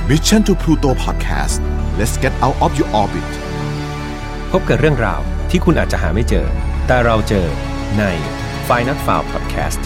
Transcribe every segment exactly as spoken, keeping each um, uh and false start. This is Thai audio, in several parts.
Mission to Pluto Podcast let's get out of your orbit พบกับเรื่องราวที่คุณอาจจะหาไม่เจอแต่เราเจอใน Find Not Found Podcast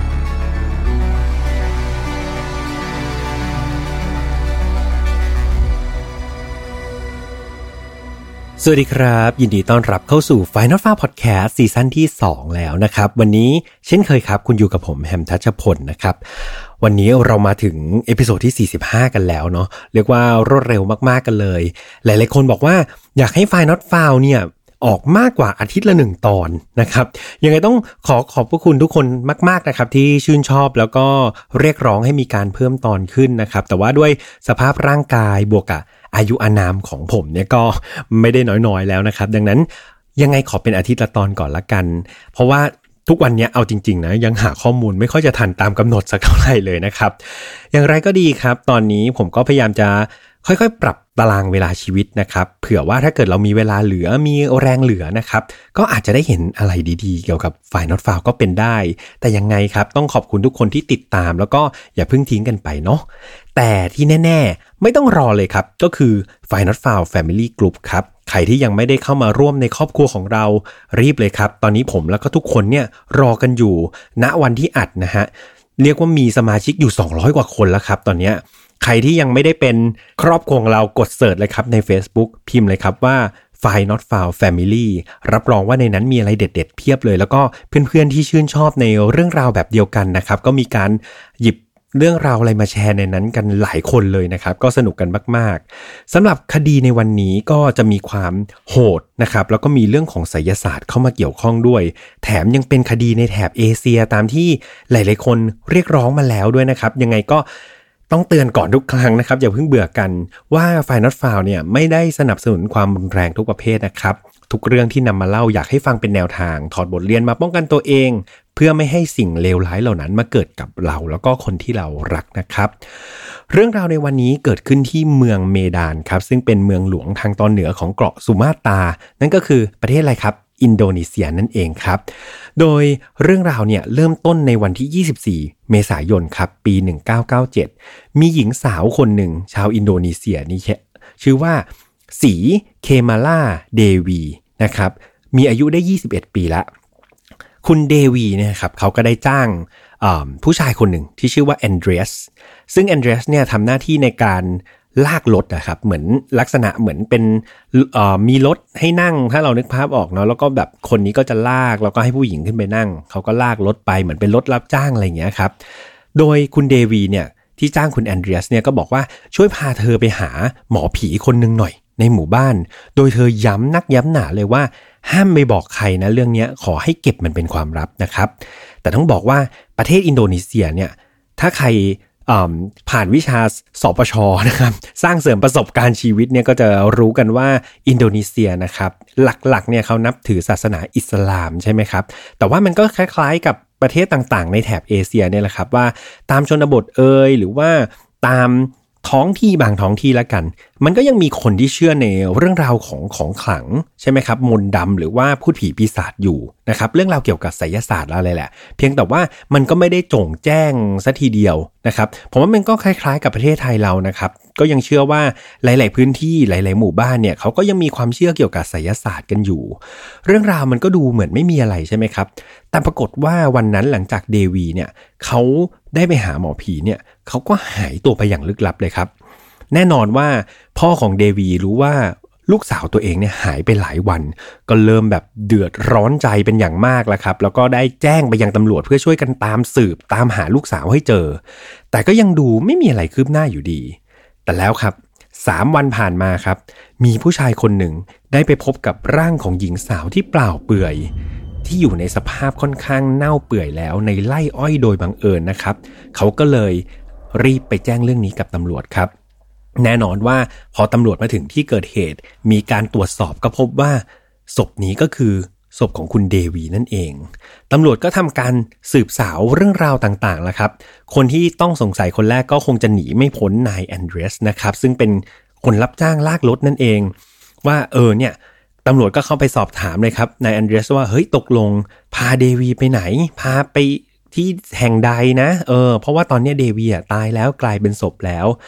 สวัสดีครับยินดีต้อนรับเข้าสู่ Find Not Found Podcast ซีซั่นที่สองแล้วนะครับวันนี้เช่นเคยครับคุณอยู่กับผมแฮมทัชพลนะครับวันนี้เรามาถึงเอพิโซดที่สี่สิบห้ากันแล้วเนาะเรียกว่ารวดเร็วมากๆกันเลยหลายๆคนบอกว่าอยากให้ Find Not Found เนี่ยออกมากกว่าอาทิตย์ละหนึ่งตอนนะครับยังไงต้องขอขอบพระคุณทุกคนมากๆนะครับที่ชื่นชอบแล้วก็เรียกร้องให้มีการเพิ่มตอนขึ้นนะครับแต่ว่าด้วยสภาพร่างกายบวกกับอายุอานามของผมเนี่ยก็ไม่ได้น้อยๆแล้วนะครับดังนั้นยังไงขอเป็นอาทิตย์ละตอนก่อนละกันเพราะว่าทุกวันนี้เอาจริงๆนะยังหาข้อมูลไม่ค่อยจะทันตามกำหนดสักเท่าไหร่เลยนะครับอย่างไรก็ดีครับตอนนี้ผมก็พยายามจะค่อยๆปรับตารางเวลาชีวิตนะครับเผื่อว่าถ้าเกิดเรามีเวลาเหลือมีแรงเหลือนะครับก็อาจจะได้เห็นอะไรดีๆเกี่ยวกับ Find Not Found ก็เป็นได้แต่ยังไงครับต้องขอบคุณทุกคนที่ติดตามแล้วก็อย่าเพิ่งทิ้งกันไปเนาะแต่ที่แน่ๆไม่ต้องรอเลยครับก็คือ Find Not Found Family Group ครับใครที่ยังไม่ได้เข้ามาร่วมในครอบครัวของเรารีบเลยครับตอนนี้ผมแล้วก็ทุกคนเนี่ยรอกันอยู่ณวันที่อัดนะฮะเรียกว่ามีสมาชิกอยู่สองร้อยกว่าคนแล้วครับตอนนี้ใครที่ยังไม่ได้เป็นครอบครัวของเรากดเสิร์ชเลยครับใน Facebook พิมพ์เลยครับว่า Find Not Found Family รับรองว่าในนั้นมีอะไรเด็ดๆเพียบเลยแล้วก็เพื่อนๆที่ชื่นชอบในเรื่องราวแบบเดียวกันนะครับก็มีการหยิบเรื่องราวอะไรมาแชร์ในนั้นกันหลายคนเลยนะครับก็สนุกกันมากๆสำหรับคดีในวันนี้ก็จะมีความโหดนะครับแล้วก็มีเรื่องของไสยศาสตร์เข้ามาเกี่ยวข้องด้วยแถมยังเป็นคดีในแถบเอเชียตามที่หลายๆคนเรียกร้องมาแล้วด้วยนะครับยังไงก็ต้องเตือนก่อนทุกครั้งนะครับอย่าเพิ่งเบื่อกันว่า Find Not Found เนี่ยไม่ได้สนับสนุนความรุนแรงทุกประเภทนะครับทุกเรื่องที่นำมาเล่าอยากให้ฟังเป็นแนวทางถอดบทเรียนมาป้องกันตัวเองเพื่อไม่ให้สิ่งเลวร้ายเหล่านั้นมาเกิดกับเราแล้วก็คนที่เรารักนะครับเรื่องราวในวันนี้เกิดขึ้นที่เมืองเมดานครับซึ่งเป็นเมืองหลวงทางตอนเหนือของเกาะสุมาตรานั่นก็คือประเทศอะไรครับอินโดนีเซียนั่นเองครับโดยเรื่องราวเนี่ยเริ่มต้นในวันที่ยี่สิบสี่เมษายนครับปีหนึ่งพันเก้าร้อยเก้าสิบเจ็ดมีหญิงสาวคนหนึ่งชาวอินโดนีเซียนี่ชื่อว่าสีเคมาลาเดวีนะครับมีอายุได้ยี่สิบเอ็ดปีละคุณเดวีเนี่ยครับเขาก็ได้จ้างผู้ชายคนหนึ่งที่ชื่อว่าแอนเดรียสซึ่งแอนเดรียสเนี่ยทำหน้าที่ในการลากรถนะครับเหมือนลักษณะเหมือนเป็นมีรถให้นั่งถ้าเรานึกภาพออกเนาะแล้วก็แบบคนนี้ก็จะลากแล้วก็ให้ผู้หญิงขึ้นไปนั่งเขาก็ลากรถไปเหมือนเป็นรถรับจ้างอะไรอย่างเงี้ยครับโดยคุณเดวีเนี่ยที่จ้างคุณแอนเดรียสเนี่ยก็บอกว่าช่วยพาเธอไปหาหมอผีคนนึงหน่อยในหมู่บ้านโดยเธอย้ำนักย้ำหนาเลยว่าห้ามไปบอกใครนะเรื่องนี้ขอให้เก็บมันเป็นความลับนะครับแต่ต้องบอกว่าประเทศอินโดนีเซียเนี่ยถ้าใครผ่านวิชาสปช.นะครับสร้างเสริมประสบการณ์ชีวิตเนี่ยก็จะรู้กันว่าอินโดนีเซียนะครับหลักๆเนี่ยเขานับถือศาสนาอิสลามใช่ไหมครับแต่ว่ามันก็คล้ายๆกับประเทศต่างๆในแถบเอเชียเนี่ยแหละครับว่าตามชนบทเอ่ยหรือว่าตามท้องที่บางท้องที่ละกันมันก็ยังมีคนที่เชื่อในเรื่องราวของของขลังใช่ไหมครับมนต์ดำหรือว่าพูดผีปีศาจอยู่นะครับเรื่องราวเกี่ยวกับไสยศาสตร์อะไรแหละเพียงแต่ว่ามันก็ไม่ได้โจ่งแจ้งซะทีเดียวนะครับผมว่ามันก็คล้ายๆกับประเทศไทยเรานะครับก็ยังเชื่อว่าหลายๆพื้นที่หลายๆหมู่บ้านเนี่ยเขาก็ยังมีความเชื่อเกี่ยวกับไสยศาสตร์กันอยู่เรื่องราวมันก็ดูเหมือนไม่มีอะไรใช่ไหมครับแต่ปรากฏว่าวันนั้นหลังจากเดวีเนี่ยเขาได้ไปหาหมอผีเนี่ยเขาก็หายตัวไปอย่างลึกลับเลยครับแน่นอนว่าพ่อของเดวีรู้ว่าลูกสาวตัวเองเนี่ยหายไปหลายวันก็เริ่มแบบเดือดร้อนใจเป็นอย่างมากแล้วครับแล้วก็ได้แจ้งไปยังตำรวจเพื่อช่วยกันตามสืบตามหาลูกสาวให้เจอแต่ก็ยังดูไม่มีอะไรคืบหน้าอยู่ดีแต่แล้วครับสามวันผ่านมาครับมีผู้ชายคนหนึ่งได้ไปพบกับร่างของหญิงสาวที่เปล่าเปลือยที่อยู่ในสภาพค่อนข้างเน่าเปื่อยแล้วในไร่อ้อยโดยบังเอิญนะครับเขาก็เลยรีบไปแจ้งเรื่องนี้กับตำรวจครับแน่นอนว่าพอตำรวจมาถึงที่เกิดเหตุมีการตรวจสอบก็พบว่าศพนี้ก็คือศพของคุณเดวีนั่นเองตำรวจก็ทำการสืบสาวเรื่องราวต่างๆแล้วครับคนที่ต้องสงสัยคนแรกก็คงจะหนีไม่พ้นนายแอนเดรียสนะครับซึ่งเป็นคนรับจ้างลากรถนั่นเองว่าเออเนี่ยตำรวจก็เข้าไปสอบถามเลยครับนายแอนเดรียสว่าเฮ้ยตกลงพาเดวีไปไหนพาไปที่แห่งใดนะเออเพราะว่าตอนนี้เดวีอ่ะตายแล้วกลายเป็นศพแล้ว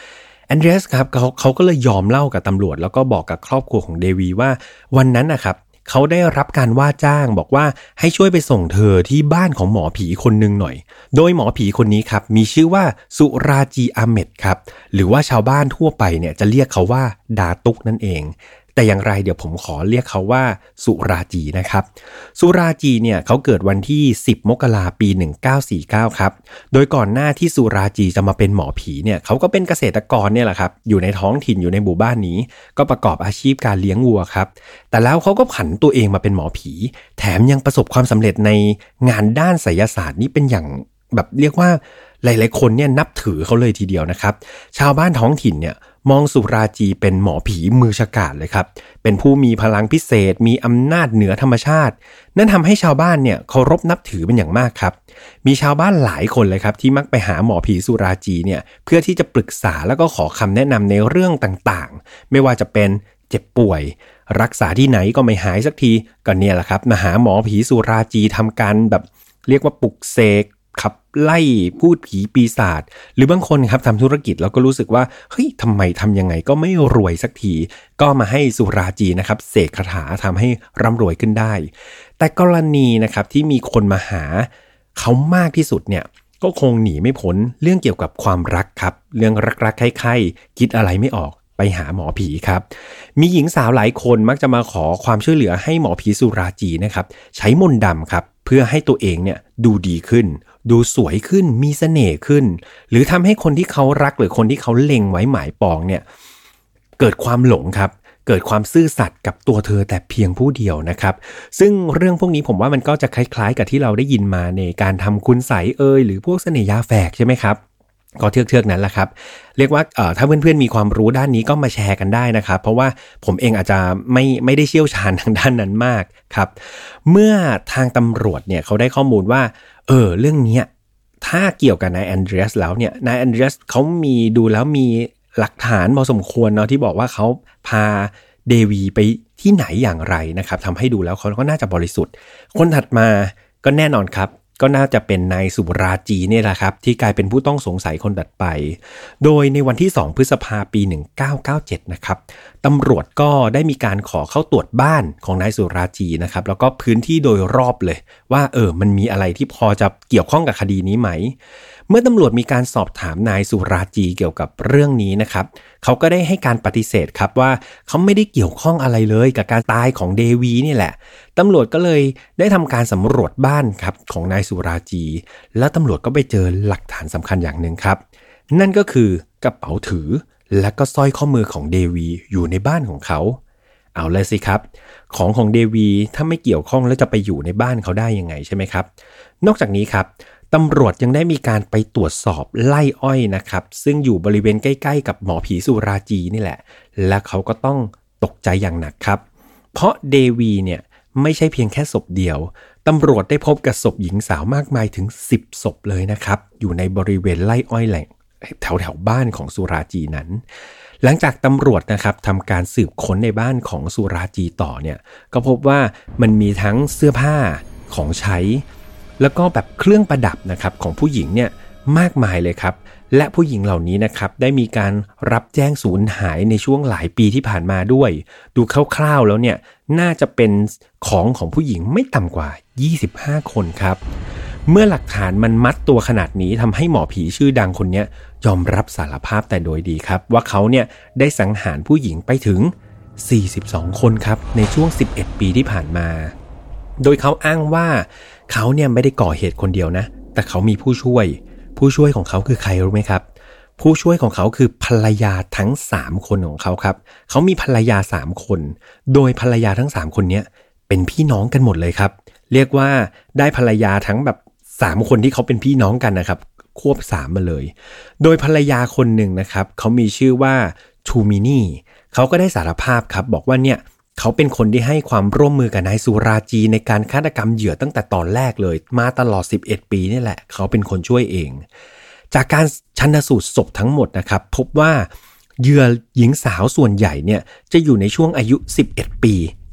แอนเดรียสครับเขาเขาก็เลยยอมเล่ากับตำรวจแล้วก็บอกกับครอบครัวของเดวีว่าวันนั้นนะครับเขาได้รับการว่าจ้างบอกว่าให้ช่วยไปส่งเธอที่บ้านของหมอผีคนนึงหน่อยโดยหมอผีคนนี้ครับมีชื่อว่าสุราจีอาเมดครับหรือว่าชาวบ้านทั่วไปเนี่ยจะเรียกเขาว่าดาตุกนั่นเองแต่อย่างไรเดี๋ยวผมขอเรียกเขาว่าสุราจีนะครับสุราจีเนี่ยเขาเกิดวันที่สิบมกราคมปีหนึ่งเก้าสี่เก้าครับโดยก่อนหน้าที่สุราจีจะมาเป็นหมอผีเนี่ยเขาก็เป็นเกษตรกรเนี่ยแหละครับอยู่ในท้องถิ่นอยู่ในหมู่บ้านนี้ก็ประกอบอาชีพการเลี้ยงวัวครับแต่แล้วเขาก็ผันตัวเองมาเป็นหมอผีแถมยังประสบความสำเร็จในงานด้านไสยศาสตร์นี่เป็นอย่างแบบเรียกว่าหลายๆคนเนี่ยนับถือเขาเลยทีเดียวนะครับชาวบ้านท้องถิ่นเนี่ยมองสุราจีเป็นหมอผีมือฉกาจเลยครับเป็นผู้มีพลังพิเศษมีอำนาจเหนือธรรมชาตินั่นทำให้ชาวบ้านเนี่ยเคารพนับถือเป็นอย่างมากครับมีชาวบ้านหลายคนเลยครับที่มักไปหาหมอผีสุราจีเนี่ยเพื่อที่จะปรึกษาแล้วก็ขอคำแนะนำในเรื่องต่างๆไม่ว่าจะเป็นเจ็บป่วยรักษาที่ไหนก็ไม่หายสักทีก็เนี่ยแหละครับมาหาหมอผีสุราจีทำการแบบเรียกว่าปลุกเสกขับไล่พูดผีปีศาจหรือบางคนครับทำธุรกิจแล้วก็รู้สึกว่าเฮ้ยทำไมทำยังไงก็ไม่รวยสักทีก็มาให้สุราจีนะครับเสกคาถาทำให้ร่ำรวยขึ้นได้แต่กรณีนะครับที่มีคนมาหาเขามากที่สุดเนี่ยก็คงหนีไม่พ้นเรื่องเกี่ยวกับความรักครับเรื่องรักๆใคร่ๆคิดอะไรไม่ออกไปหาหมอผีครับมีหญิงสาวหลายคนมักจะมาขอความช่วยเหลือให้หมอผีสุราจีนะครับใช้มนต์ดำครับเพื่อให้ตัวเองเนี่ยดูดีขึ้นดูสวยขึ้นมีเสน่ห์ขึ้นหรือทำให้คนที่เขารักหรือคนที่เขาเล็งไว้หมายปองเนี่ยเกิดความหลงครับเกิดความซื่อสัตย์กับตัวเธอแต่เพียงผู้เดียวนะครับซึ่งเรื่องพวกนี้ผมว่ามันก็จะคล้ายๆกับที่เราได้ยินมาในการทำคุณไสยเอ่ยหรือพวกเสน่หยาแฝกใช่ไหมครับก็เทือกๆนั้นแหละครับเรียกว่าเอ่อถ้าเพื่อนๆมีความรู้ด้านนี้ก็มาแชร์กันได้นะครับเพราะว่าผมเองอาจจะไม่ไม่ได้เชี่ยวชาญทางด้านนั้นมากครับเมื่อทางตำรวจเนี่ยเขาได้ข้อมูลว่าเออเรื่องนี้ถ้าเกี่ยวกับนายแอนเดรียสแล้วเนี่ยนายแอนเดรียสเขามีดูแล้วมีหลักฐานพอสมควรเนาะที่บอกว่าเขาพาเดวีไปที่ไหนอย่างไรนะครับทำให้ดูแล้วเขาก็น่าจะบริสุทธิ์คนถัดมาก็แน่นอนครับก็น่าจะเป็นนายสุราจีเนี่ยแหละครับที่กลายเป็นผู้ต้องสงสัยคนถัดไปโดยในวันที่สองพฤษภาคมปีหนึ่งเก้าเก้าเจ็ดนะครับตำรวจก็ได้มีการขอเข้าตรวจบ้านของนายสุราจีนะครับแล้วก็พื้นที่โดยรอบเลยว่าเออมันมีอะไรที่พอจะเกี่ยวข้องกับคดีนี้ไหมเมื่อตำรวจมีการสอบถามนายสุราจีเกี่ยวกับเรื่องนี้นะครับเขาก็ได้ให้การปฏิเสธครับว่าเขาไม่ได้เกี่ยวข้องอะไรเลยกับการตายของเดวีนี่แหละตำรวจก็เลยได้ทำการสำรวจบ้านครับของนายสุราจีแล้วตำรวจก็ไปเจอหลักฐานสำคัญอย่างหนึ่งครับนั่นก็คือกระเป๋าถือและก็สร้อยข้อมือของเดวีอยู่ในบ้านของเขาเอาเลยสิครับของของเดวีถ้าไม่เกี่ยวข้องแล้วจะไปอยู่ในบ้านเขาได้ยังไงใช่ไหมครับนอกจากนี้ครับตำรวจยังได้มีการไปตรวจสอบไร่อ้อยนะครับซึ่งอยู่บริเวณใกล้ๆกับหมอผีสุราจีนี่แหละและเขาก็ต้องตกใจอย่างหนักครับเพราะเดวีเนี่ยไม่ใช่เพียงแค่ศพเดียวตำรวจได้พบกับศพหญิงสาวมากมายถึงสิบศพเลยนะครับอยู่ในบริเวณไร่อ้อยแหล่งแถวๆบ้านของสุราจีนั้นหลังจากตำรวจนะครับทำการสืบค้นในบ้านของสุราจีต่อเนี่ยก็พบว่ามันมีทั้งเสื้อผ้าของใช้แล้วก็แบบเครื่องประดับนะครับของผู้หญิงเนี่ยมากมายเลยครับและผู้หญิงเหล่านี้นะครับได้มีการรับแจ้งสูญหายในช่วงหลายปีที่ผ่านมาด้วยดูคร่าวๆแล้วเนี่ยน่าจะเป็นของของผู้หญิงไม่ต่ำกว่ายี่สิบห้าคนครับเมื่อหลักฐานมันมัดตัวขนาดนี้ทำให้หมอผีชื่อดังคนนี้ยอมรับสารภาพแต่โดยดีครับว่าเขาเนี่ยได้สังหารผู้หญิงไปถึงสี่สิบสองคนครับในช่วงสิบเอ็ดปีที่ผ่านมาโดยเขาอ้างว่าเขาเนี่ยไม่ได้ก่อเหตุคนเดียวนะแต่เขามีผู้ช่วยผู้ช่วยของเขาคือใครรู้ไหมครับผู้ช่วยของเขาคือภรรยาทั้งสามคนของเขาครับเขามีภรรยาสามคนโดยภรรยาทั้งสามคนเนี้ยเป็นพี่น้องกันหมดเลยครับเรียกว่าได้ภรรยาทั้งแบบสามคนที่เขาเป็นพี่น้องกันนะครับควบสามมาเลยโดยภรรยาคนหนึ่งนะครับเขามีชื่อว่าทูมินี่เขาก็ได้สารภาพครับบอกว่าเนี่ยเขาเป็นคนที่ให้ความร่วมมือกับนายสุราจีในการฆาตกรรมเหยื่อตั้งแต่ตอนแรกเลยมาตลอดสิบเอ็ดปีนี่แหละเขาเป็นคนช่วยเองจากการชันสูตรศพทั้งหมดนะครับพบว่าเหยื่อหญิงสาวส่วนใหญ่เนี่ยจะอยู่ในช่วงอายุสิบเอ็ดปี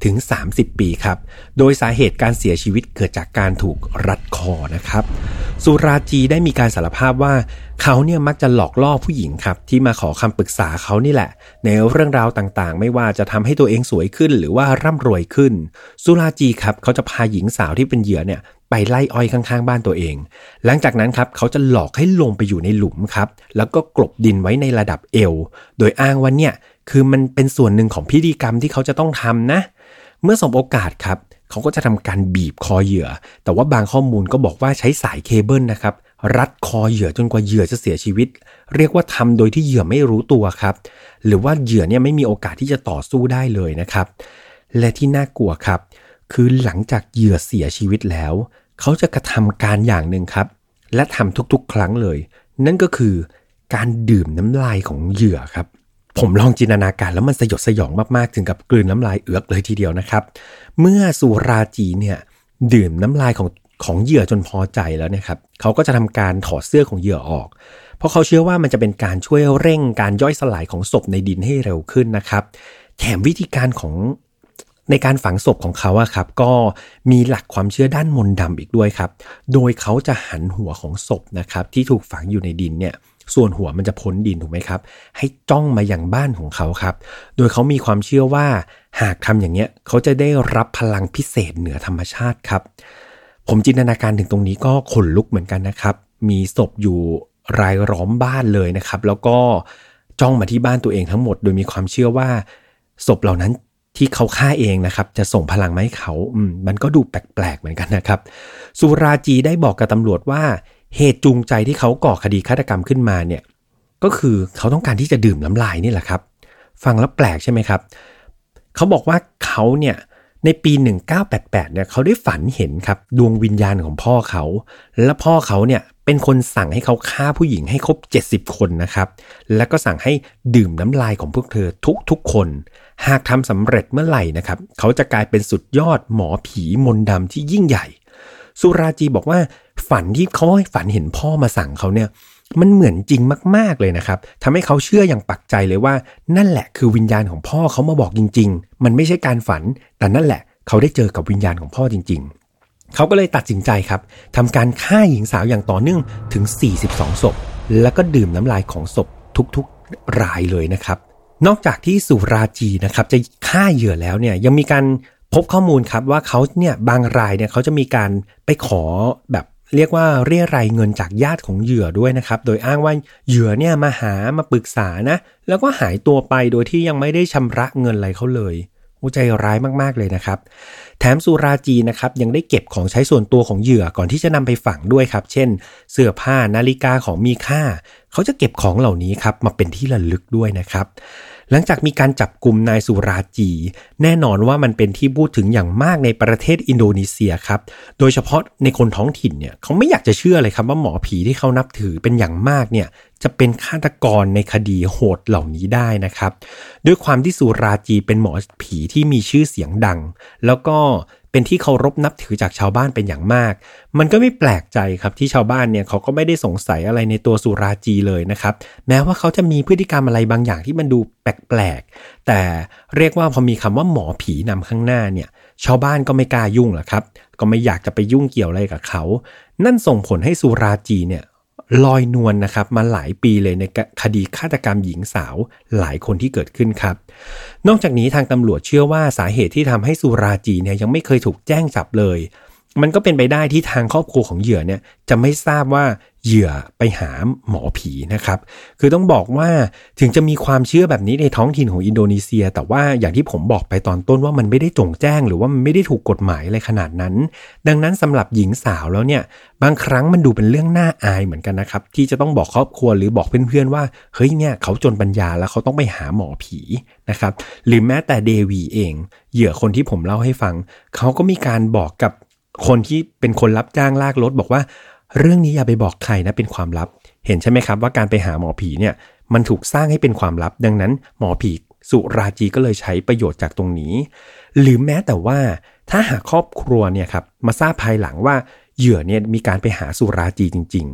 ถึงสามสิบปีครับโดยสาเหตุการเสียชีวิตเกิดจากการถูกรัดคอนะครับสุราจีได้มีการสารภาพว่าเขาเนี่ยมักจะหลอกล่อผู้หญิงครับที่มาขอคำปรึกษาเขานี่แหละในเรื่องราวต่างๆไม่ว่าจะทำให้ตัวเองสวยขึ้นหรือว่าร่ำรวยขึ้นสุราจีครับเขาจะพาหญิงสาวที่เป็นเหยื่อเนี่ยไปไล่อ้อยข้างๆบ้านตัวเองหลังจากนั้นครับเขาจะหลอกให้ลงไปอยู่ในหลุมครับแล้วก็กลบดินไว้ในระดับเอวโดยอ้างว่าเนี่ยคือมันเป็นส่วนหนึ่งของพิธีกรรมที่เขาจะต้องทำนะเมื่อสบโอกาสครับเขาก็จะทำการบีบคอเหยื่อแต่ว่าบางข้อมูลก็บอกว่าใช้สายเคเบิลนะครับรัดคอเหยื่อจนกว่าเหยื่อจะเสียชีวิตเรียกว่าทำโดยที่เหยื่อไม่รู้ตัวครับหรือว่าเหยื่อเนี่ยไม่มีโอกาสที่จะต่อสู้ได้เลยนะครับและที่น่ากลัวครับคือหลังจากเหยื่อเสียชีวิตแล้วเขาจะกระทำการอย่างหนึ่งครับและทำทุกๆครั้งเลยนั่นก็คือการดื่มน้ำลายของเหยื่อครับผมลองจินตนาการแล้วมันสยดสยองมากๆถึงกับกลืนน้ำลายเอือกเลยทีเดียวนะครับเมื่อสุราจีเนี่ยดื่มน้ำลายของของเหยื่อจนพอใจแล้วนะครับเขาก็จะทำการถอดเสื้อของเหยื่อออกเพราะเขาเชื่อว่ามันจะเป็นการช่วยเร่งการย่อยสลายของศพในดินให้เร็วขึ้นนะครับแถมวิธีการของในการฝังศพของเขาอะครับก็มีหลักความเชื่อด้านมนต์ดำอีกด้วยครับโดยเขาจะหันหัวของศพนะครับที่ถูกฝังอยู่ในดินเนี่ยส่วนหัวมันจะพ้นดินถูกไหมครับให้จ้องมาอย่างบ้านของเขาครับโดยเขามีความเชื่อว่าหากทำอย่างเงี้ยเขาจะได้รับพลังพิเศษเหนือธรรมชาติครับผมจินตนาการถึงตรงนี้ก็ขนลุกเหมือนกันนะครับมีศพอยู่รายล้อมบ้านเลยนะครับแล้วก็จ้องมาที่บ้านตัวเองทั้งหมดโดยมีความเชื่อว่าศพเหล่านั้นที่เขาฆ่าเองนะครับจะส่งพลังมาให้เขาอืมมันก็ดูแปลกๆเหมือนกันนะครับสุราจีได้บอกกับตำรวจว่าเหตุจูงใจที่เขาก่อคดีฆาตกรรมขึ้นมาเนี่ยก็คือเขาต้องการที่จะดื่มน้ำลายนี่แหละครับฟังแล้วแปลกใช่ไหมครับเขาบอกว่าเขาเนี่ยในปีหนึ่งพันเก้าร้อยแปดสิบแปดเนี่ยเขาได้ฝันเห็นครับดวงวิญญาณของพ่อเขาและพ่อเขาเนี่ยเป็นคนสั่งให้เขาฆ่าผู้หญิงให้ครบเจ็ดสิบคนนะครับแล้วก็สั่งให้ดื่มน้ำลายของพวกเธอทุกๆคนหากทำสำเร็จเมื่อไหร่นะครับเขาจะกลายเป็นสุดยอดหมอผีมนต์ดำที่ยิ่งใหญ่สุราจีบอกว่าฝันที่เขาให้ฝันเห็นพ่อมาสั่งเขาเนี่ยมันเหมือนจริงมากๆเลยนะครับทำให้เขาเชื่ออย่างปักใจเลยว่านั่นแหละคือวิญญาณของพ่อเขามาบอกจริงๆมันไม่ใช่การฝันแต่นั่นแหละเขาได้เจอกับวิญญาณของพ่อจริงๆเขาก็เลยตัดสินใจครับทำการฆ่าหญิงสาวอย่างต่อเนื่องถึงสี่สิบสองศพแล้วก็ดื่มน้ำลายของศพทุกๆรายเลยนะครับนอกจากที่สุราจีนะครับจะฆ่าเหยื่อแล้วเนี่ยยังมีการพบข้อมูลครับว่าเขาเนี่ยบางรายเนี่ยเขาจะมีการไปขอแบบเรียกว่าเรียรายเงินจากญาติของเหยื่อด้วยนะครับโดยอ้างว่าเหยื่อเนี่ยมาหามาปรึกษานะแล้วก็หายตัวไปโดยที่ยังไม่ได้ชำระเงินอะไรเขาเลยใจร้ายมากๆเลยนะครับแถมสุราจีนะครับยังได้เก็บของใช้ส่วนตัวของเหยื่อก่อนที่จะนำไปฝังด้วยครับเช่นเสื้อผ้านาฬิกาของมีค่าเขาจะเก็บของเหล่านี้ครับมาเป็นที่ระลึกด้วยนะครับหลังจากมีการจับกุมนายสุราจีแน่นอนว่ามันเป็นที่พูดถึงอย่างมากในประเทศอินโดนีเซียครับโดยเฉพาะในคนท้องถิ่นเนี่ยเขาไม่อยากจะเชื่อเลยครับว่าหมอผีที่เขานับถือเป็นอย่างมากเนี่ยจะเป็นฆาตกรในคดีโหดเหล่านี้ได้นะครับด้วยความที่สุราจีเป็นหมอผีที่มีชื่อเสียงดังแล้วก็เป็นที่เคารพนับถือจากชาวบ้านเป็นอย่างมากมันก็ไม่แปลกใจครับที่ชาวบ้านเนี่ยเขาก็ไม่ได้สงสัยอะไรในตัวสุราจีเลยนะครับแม้ว่าเขาจะมีพฤติกรรมอะไรบางอย่างที่มันดูแปลกๆแต่เรียกว่าพอมีคำว่าหมอผีนำข้างหน้าเนี่ยชาวบ้านก็ไม่กล้ายุ่งหรอกครับก็ไม่อยากจะไปยุ่งเกี่ยวอะไรกับเขานั่นส่งผลให้สุราจีเนี่ยลอยนวล นะครับมาหลายปีเลยในคดีฆาตกรรมหญิงสาวหลายคนที่เกิดขึ้นครับนอกจากนี้ทางตำรวจเชื่อว่าสาเหตุที่ทำให้สุราจีเนี่ยยังไม่เคยถูกแจ้งจับเลยมันก็เป็นไปได้ที่ทางครอบครัวของเหยื่อเนี่ยจะไม่ทราบว่าเหยื่อไปหาหมอผีนะครับคือต้องบอกว่าถึงจะมีความเชื่อแบบนี้ในท้องถิ่นของอินโดนีเซียแต่ว่าอย่างที่ผมบอกไปตอนต้นว่ามันไม่ได้จงแจ้งหรือว่ามันไม่ได้ถูกกฎหมายอะไรขนาดนั้นดังนั้นสำหรับหญิงสาวแล้วเนี่ยบางครั้งมันดูเป็นเรื่องน่าอายเหมือนกันนะครับที่จะต้องบอกครอบครัวหรือบอกเพื่อนๆว่าเฮ้ยเนี่ยเขาจนปัญญาแล้วเขาต้องไปหาหมอผีนะครับหรือแม้แต่เดวีเองเหยื่อคนที่ผมเล่าให้ฟังเขาก็มีการบอกกับคนที่เป็นคนรับจ้างลากรถบอกว่าเรื่องนี้อย่าไปบอกใครนะเป็นความลับเห็นใช่ไหมครับว่าการไปหาหมอผีเนี่ยมันถูกสร้างให้เป็นความลับดังนั้นหมอผีสุราจีก็เลยใช้ประโยชน์จากตรงนี้หรือแม้แต่ว่าถ้าหากครอบครัวเนี่ยครับมาทราบภายหลังว่าเหยื่อเนี่ยมีการไปหาสุราจีจริง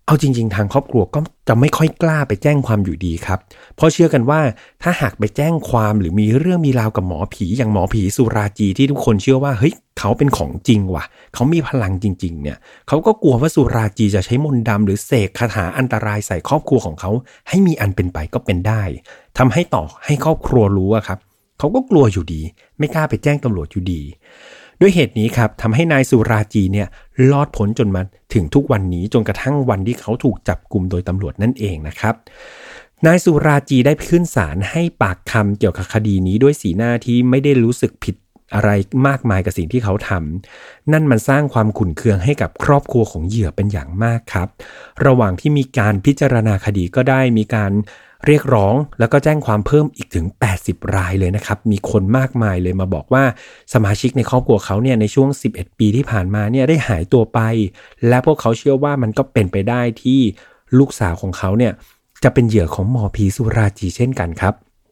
เอาจริงๆทางครอบครัวก็จะไม่ค่อยกล้าไปแจ้งความอยู่ดีครับเพราะเชื่อกันว่าถ้าหากไปแจ้งความหรือมีเรื่องมีราวกับหมอผีอย่างหมอผีสุราจีที่ทุกคนเชื่อว่าเฮ้ยเขาเป็นของจริงว่ะเขามีพลังจริงๆเนี่ยเขาก็กลัวว่าสุราจีจะใช้มนต์ดำหรือเสกคาถาอันตรายใส่ครอบครัวของเขาให้มีอันเป็นไปก็เป็นได้ทำให้ต่อให้ครอบครัวรู้อะครับเขาก็กลัวอยู่ดีไม่กล้าไปแจ้งตำรวจอยู่ดีด้วยเหตุนี้ครับทำให้นายสุราจีเนี่ยรอดพ้นจนมาถึงทุกวันนี้จนกระทั่งวันที่เขาถูกจับกุมโดยตำรวจนั่นเองนะครับนายสุราจีได้ขึ้นศาลให้ปากคำเกี่ยวกับคดีนี้ด้วยสีหน้าที่ไม่ได้รู้สึกผิดอะไรมากมายกับสิ่งที่เขาทำนั่นมันสร้างความขุ่นเคืองให้กับครอบครัวของเหยื่อเป็นอย่างมากครับระหว่างที่มีการพิจารณาคดีก็ได้มีการเรียกร้องแล้วก็แจ้งความเพิ่มอีกถึงแปดสิบรายเลยนะครับมีคนมากมายเลยมาบอกว่าสมาชิกในครอบครัวเขาเนี่ยในช่วงสิบเอ็ดปีที่ผ่านมาเนี่ยได้หายตัวไปและพวกเขาเชื่อว่ามันก็เป็นไปได้ที่ลูกสาวของเขาเนี่ยจะเป็นเหยื่อของหมอผีสุราจีเช่นกันครับ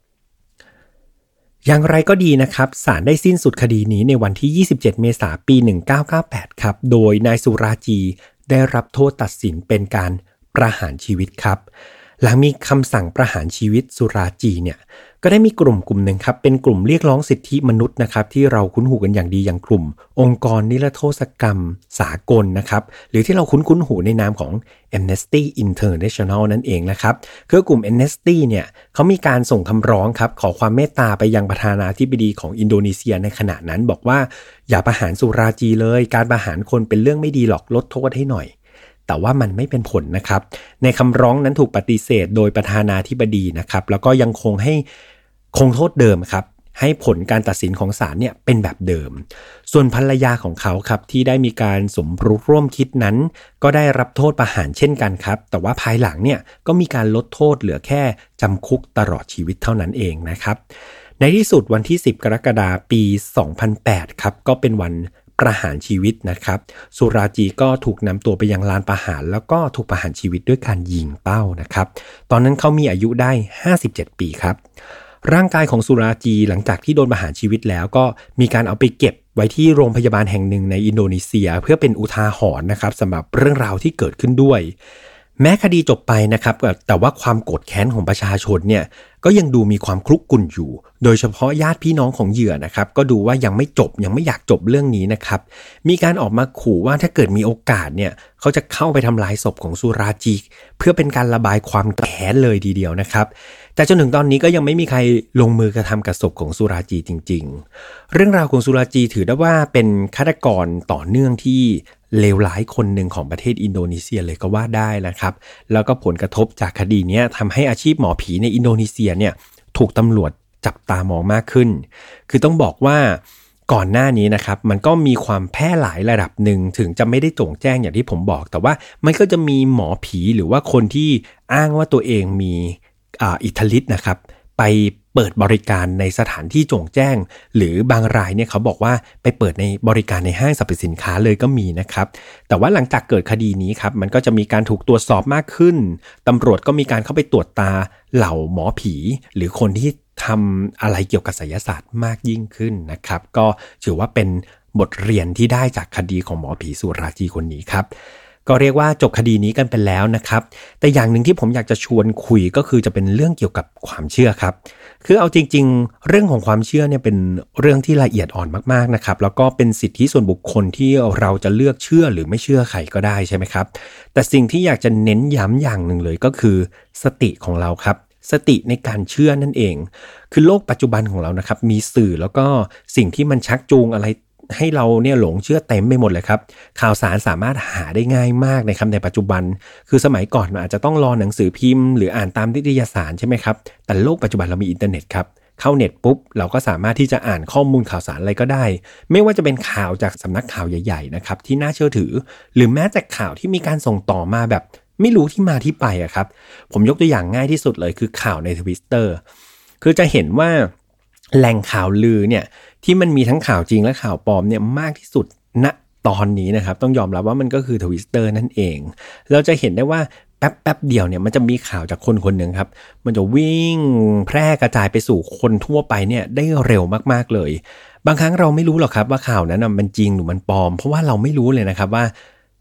อย่างไรก็ดีนะครับศาลได้สิ้นสุดคดีนี้ในวันที่ยี่สิบเจ็ดเมษายนปีหนึ่งพันเก้าร้อยเก้าสิบแปดครับโดยนายสุราจีได้รับโทษตัดสินเป็นการประหารชีวิตครับหลังมีคำสั่งประหารชีวิตสุราจีเนี่ยก็ได้มีกลุ่มกลุ่มหนึ่งครับเป็นกลุ่มเรียกร้องสิทธิมนุษย์นะครับที่เราคุ้นหูกันอย่างดีอย่างกลุ่มองค์กรนิรโทษกรรมสากลนะครับหรือที่เราคุ้นคุ้นหูในนามของ Amnesty International นั่นเองนะครับคือกลุ่ม Amnesty เนี่ยเขามีการส่งคำร้องครับขอความเมตตาไปยังประธานาธิบดีของอินโดนีเซียในขณะนั้นบอกว่าอย่าประหารสุราจีเลยการประหารคนเป็นเรื่องไม่ดีหรอกลดโทษให้หน่อยแต่ว่ามันไม่เป็นผลนะครับในคำร้องนั้นถูกปฏิเสธโดยประธานาธิบดีนะครับแล้วก็ยังคงให้คงโทษเดิมครับให้ผลการตัดสินของศาลเนี่ยเป็นแบบเดิมส่วนภรรยาของเขาครับที่ได้มีการสมรู้ร่วมคิดนั้นก็ได้รับโทษประหารเช่นกันครับแต่ว่าภายหลังเนี่ยก็มีการลดโทษเหลือแค่จำคุกตลอดชีวิตเท่านั้นเองนะครับในที่สุดวันที่สิบกรกฎาคมปีสองพันแปดครับก็เป็นวันประหารชีวิตนะครับสุราจีก็ถูกนำตัวไปยังลานประหารแล้วก็ถูกประหารชีวิตด้วยการยิงเป้านะครับตอนนั้นเขามีอายุได้ห้าสิบเจ็ดปีครับร่างกายของสุราจีหลังจากที่โดนประหารชีวิตแล้วก็มีการเอาไปเก็บไว้ที่โรงพยาบาลแห่งหนึ่งในอินโดนีเซียเพื่อเป็นอุทาหรณ์นะครับสำหรับเรื่องราวที่เกิดขึ้นด้วยแม้คดีจบไปนะครับแต่ว่าความโกรธแค้นของประชาชนเนี่ยก็ยังดูมีความคลุกกลุ่นอยู่โดยเฉพาะญาติพี่น้องของเหยื่อนะครับก็ดูว่ายังไม่จบยังไม่อยากจบเรื่องนี้นะครับมีการออกมาขู่ว่าถ้าเกิดมีโอกาสเนี่ยเขาจะเข้าไปทำลายศพของสุราจีเพื่อเป็นการระบายความแค้นเลยทีเดียวนะครับแต่จนถึงตอนนี้ก็ยังไม่มีใครลงมือกระทำกับศพของสุราจีจริงๆเรื่องราวของสุราจีถือได้ว่าเป็นฆาตกรต่อเนื่องที่เลวร้ายคนหนึ่งของประเทศอินโดนีเซียเลยก็ว่าได้นะครับแล้วก็ผลกระทบจากคดีนี้ทำให้อาชีพหมอผีในอินโดนีเซียเนี่ยถูกตำรวจจับตามองมากขึ้นคือต้องบอกว่าก่อนหน้านี้นะครับมันก็มีความแพร่หลายระดับหนึ่งถึงจะไม่ได้โจ่งแจ้งอย่างที่ผมบอกแต่ว่ามันก็จะมีหมอผีหรือว่าคนที่อ้างว่าตัวเองมีอ่าอิทธิฤทธิ์นะครับไปเปิดบริการในสถานที่โจ่งแจ้งหรือบางรายเนี่ยเขาบอกว่าไปเปิดในบริการในห้างสรรพสินค้าเลยก็มีนะครับแต่ว่าหลังจากเกิดคดีนี้ครับมันก็จะมีการถูกตรวจสอบมากขึ้นตำรวจก็มีการเข้าไปตรวจตาเหล่าหมอผีหรือคนที่ทำอะไรเกี่ยวกับไสยศาสตร์มากยิ่งขึ้นนะครับก็ถือว่าเป็นบทเรียนที่ได้จากคดีของหมอผีสุราจีคนนี้ครับก็เรียกว่าจบคดีนี้กันไปแล้วนะครับแต่อย่างหนึ่งที่ผมอยากจะชวนคุยก็คือจะเป็นเรื่องเกี่ยวกับความเชื่อครับคือเอาจริงๆเรื่องของความเชื่อเนี่ยเป็นเรื่องที่ละเอียดอ่อนมากๆนะครับแล้วก็เป็นสิทธิส่วนบุคคลที่เราจะเลือกเชื่อหรือไม่เชื่อใครก็ได้ใช่ไหมครับแต่สิ่งที่อยากจะเน้นย้ำอย่างหนึ่งเลยก็คือสติของเราครับสติในการเชื่อนั่นเองคือโลกปัจจุบันของเรานะครับมีสื่อแล้วก็สิ่งที่มันชักจูงอะไรให้เราเนี่ยหลงเชื่อเต็มไปหมดเลยครับข่าวสารสามารถหาได้ง่ายมากในคำในปัจจุบันคือสมัยก่อนมันอาจจะต้องรอหนังสือพิมพ์หรืออ่านตามนิตยสารใช่ไหมครับแต่โลกปัจจุบันเรามีอินเทอร์เน็ตครับเข้าเน็ตปุ๊บเราก็สามารถที่จะอ่านข้อมูลข่าวสารอะไรก็ได้ไม่ว่าจะเป็นข่าวจากสำนักข่าวใหญ่ๆนะครับที่น่าเชื่อถือหรือแม้แต่ข่าวที่มีการส่งต่อมาแบบไม่รู้ที่มาที่ไปอะครับผมยกตัวอย่างง่ายที่สุดเลยคือข่าวใน Twitter คือจะเห็นว่าแหล่งข่าวลือเนี่ยที่มันมีทั้งข่าวจริงและข่าวปลอมเนี่ยมากที่สุดณตอนนี้นะครับต้องยอมรับว่ามันก็คือ Twitter นั่นเองเราจะเห็นได้ว่าแป๊บแป๊บเดียวเนี่ยมันจะมีข่าวจากคนคนหนึ่งครับมันจะวิ่งแพร่กระจายไปสู่คนทั่วไปเนี่ยได้เร็วมากๆเลยบางครั้งเราไม่รู้หรอกครับว่าข่าวนั้นมันจริงหรือมันปลอมเพราะว่าเราไม่รู้เลยนะครับว่า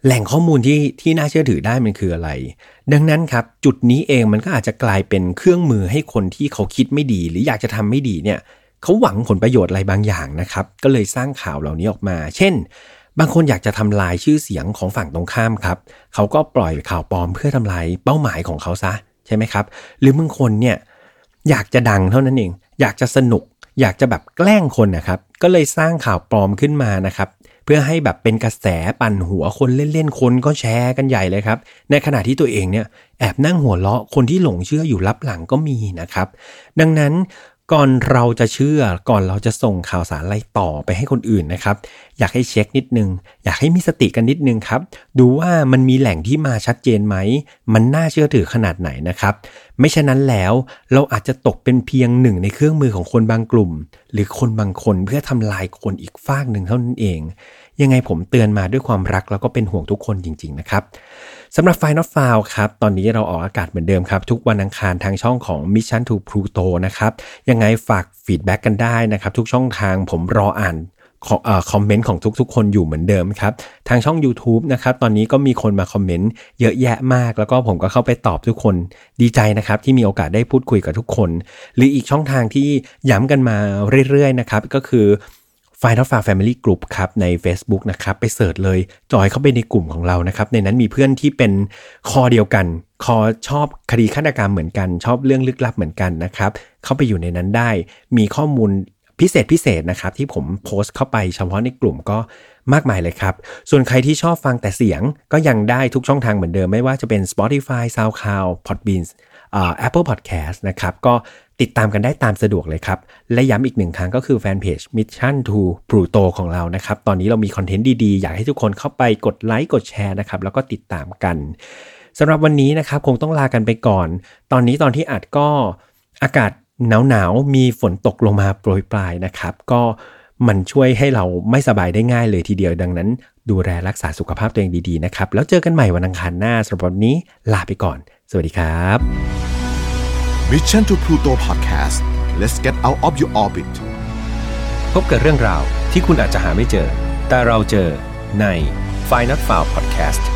แหล่งข้อมูลที่ที่น่าเชื่อถือได้มันคืออะไรดังนั้นครับจุดนี้เองมันก็อาจจะกลายเป็นเครื่องมือให้คนที่เขาคิดไม่ดีหรืออยากจะทำไม่ดีเนี่ยเขาหวังผลประโยชน์อะไรบางอย่างนะครับก็เลยสร้างข่าวเหล่านี้ออกมาเช่นบางคนอยากจะทำลายชื่อเสียงของฝั่งตรงข้ามครับเขาก็ปล่อยข่าวปลอมเพื่อทำลายเป้าหมายของเขาซะใช่ไหมครับหรือบางคนเนี่ยอยากจะดังเท่านั้นเองอยากจะสนุกอยากจะแบบแกล้งคนนะครับก็เลยสร้างข่าวปลอมขึ้นมานะครับเพื่อให้แบบเป็นกระแสปั่นหัวคนเล่นๆคนก็แชร์กันใหญ่เลยครับในขณะที่ตัวเองเนี่ยแอบนั่งหัวเราะคนที่หลงเชื่ออยู่ลับหลังก็มีนะครับดังนั้นก่อนเราจะเชื่อก่อนเราจะส่งข่าวสารอะไรต่อไปให้คนอื่นนะครับอยากให้เช็คนิดนึงอยากให้มีสติกันนิดนึงครับดูว่ามันมีแหล่งที่มาชัดเจนไหมมันน่าเชื่อถือขนาดไหนนะครับไม่ฉะนั้นแล้วเราอาจจะตกเป็นเพียงหนึ่งในเครื่องมือของคนบางกลุ่มหรือคนบางคนเพื่อทำลายคนอีกฝากหนึ่งเท่านั้นเองยังไงผมเตือนมาด้วยความรักแล้วก็เป็นห่วงทุกคนจริงๆนะครับสำหรับ Final File ครับตอนนี้เราออกอากาศเหมือนเดิมครับทุกวันอังคารทางช่องของ Mission to Pluto นะครับยังไงฝากฟีดแบ็กกันได้นะครับทุกช่องทางผมรออ่านคอมเมนต์ของทุกๆคนอยู่เหมือนเดิมครับทางช่อง YouTube นะครับตอนนี้ก็มีคนมาคอมเมนต์เยอะแยะมากแล้วก็ผมก็เข้าไปตอบทุกคนดีใจนะครับที่มีโอกาสได้พูดคุยกับทุกคนหรืออีกช่องทางที่ย้ำกันมาเรื่อยๆนะครับก็คือFinal File Family Group ครับใน Facebook นะครับไปเสิร์ชเลยจอยเข้าไปในกลุ่มของเรานะครับในนั้นมีเพื่อนที่เป็นคอเดียวกันคอชอบคดีฆาตกรรมเหมือนกันชอบเรื่องลึกลับเหมือนกันนะครับเข้าไปอยู่ในนั้นได้มีข้อมูลพิเศษพิเศษนะครับที่ผมโพสต์เข้าไปเฉพาะในกลุ่มก็มากมายเลยครับส่วนใครที่ชอบฟังแต่เสียงก็ยังได้ทุกช่องทางเหมือนเดิมไม่ว่าจะเป็น Spotify SoundCloud Podbean อ่า Apple Podcast นะครับก็ติดตามกันได้ตามสะดวกเลยครับและย้ำอีกหนึ่งครั้งก็คือแฟนเพจ Mission to Pluto ของเรานะครับตอนนี้เรามีคอนเทนต์ดีๆอยากให้ทุกคนเข้าไปกดไลค์กดแชร์นะครับแล้วก็ติดตามกันสำหรับวันนี้นะครับคงต้องลากันไปก่อนตอนนี้ตอนที่อัดก็อากาศหนาวๆมีฝนตกลงมาโปรยปลายนะครับก็มันช่วยให้เราไม่สบายได้ง่ายเลยทีเดียวดังนั้นดูแลรักษาสุขภาพตัวเองดีๆนะครับแล้วเจอกันใหม่วันอังคารหน้าสำหรับวันนี้ลาไปก่อนสวัสดีครับ Mission to Pluto Podcast Let's get out of your orbit พบกับเรื่องราวที่คุณอาจจะหาไม่เจอแต่เราเจอใน Final File Podcast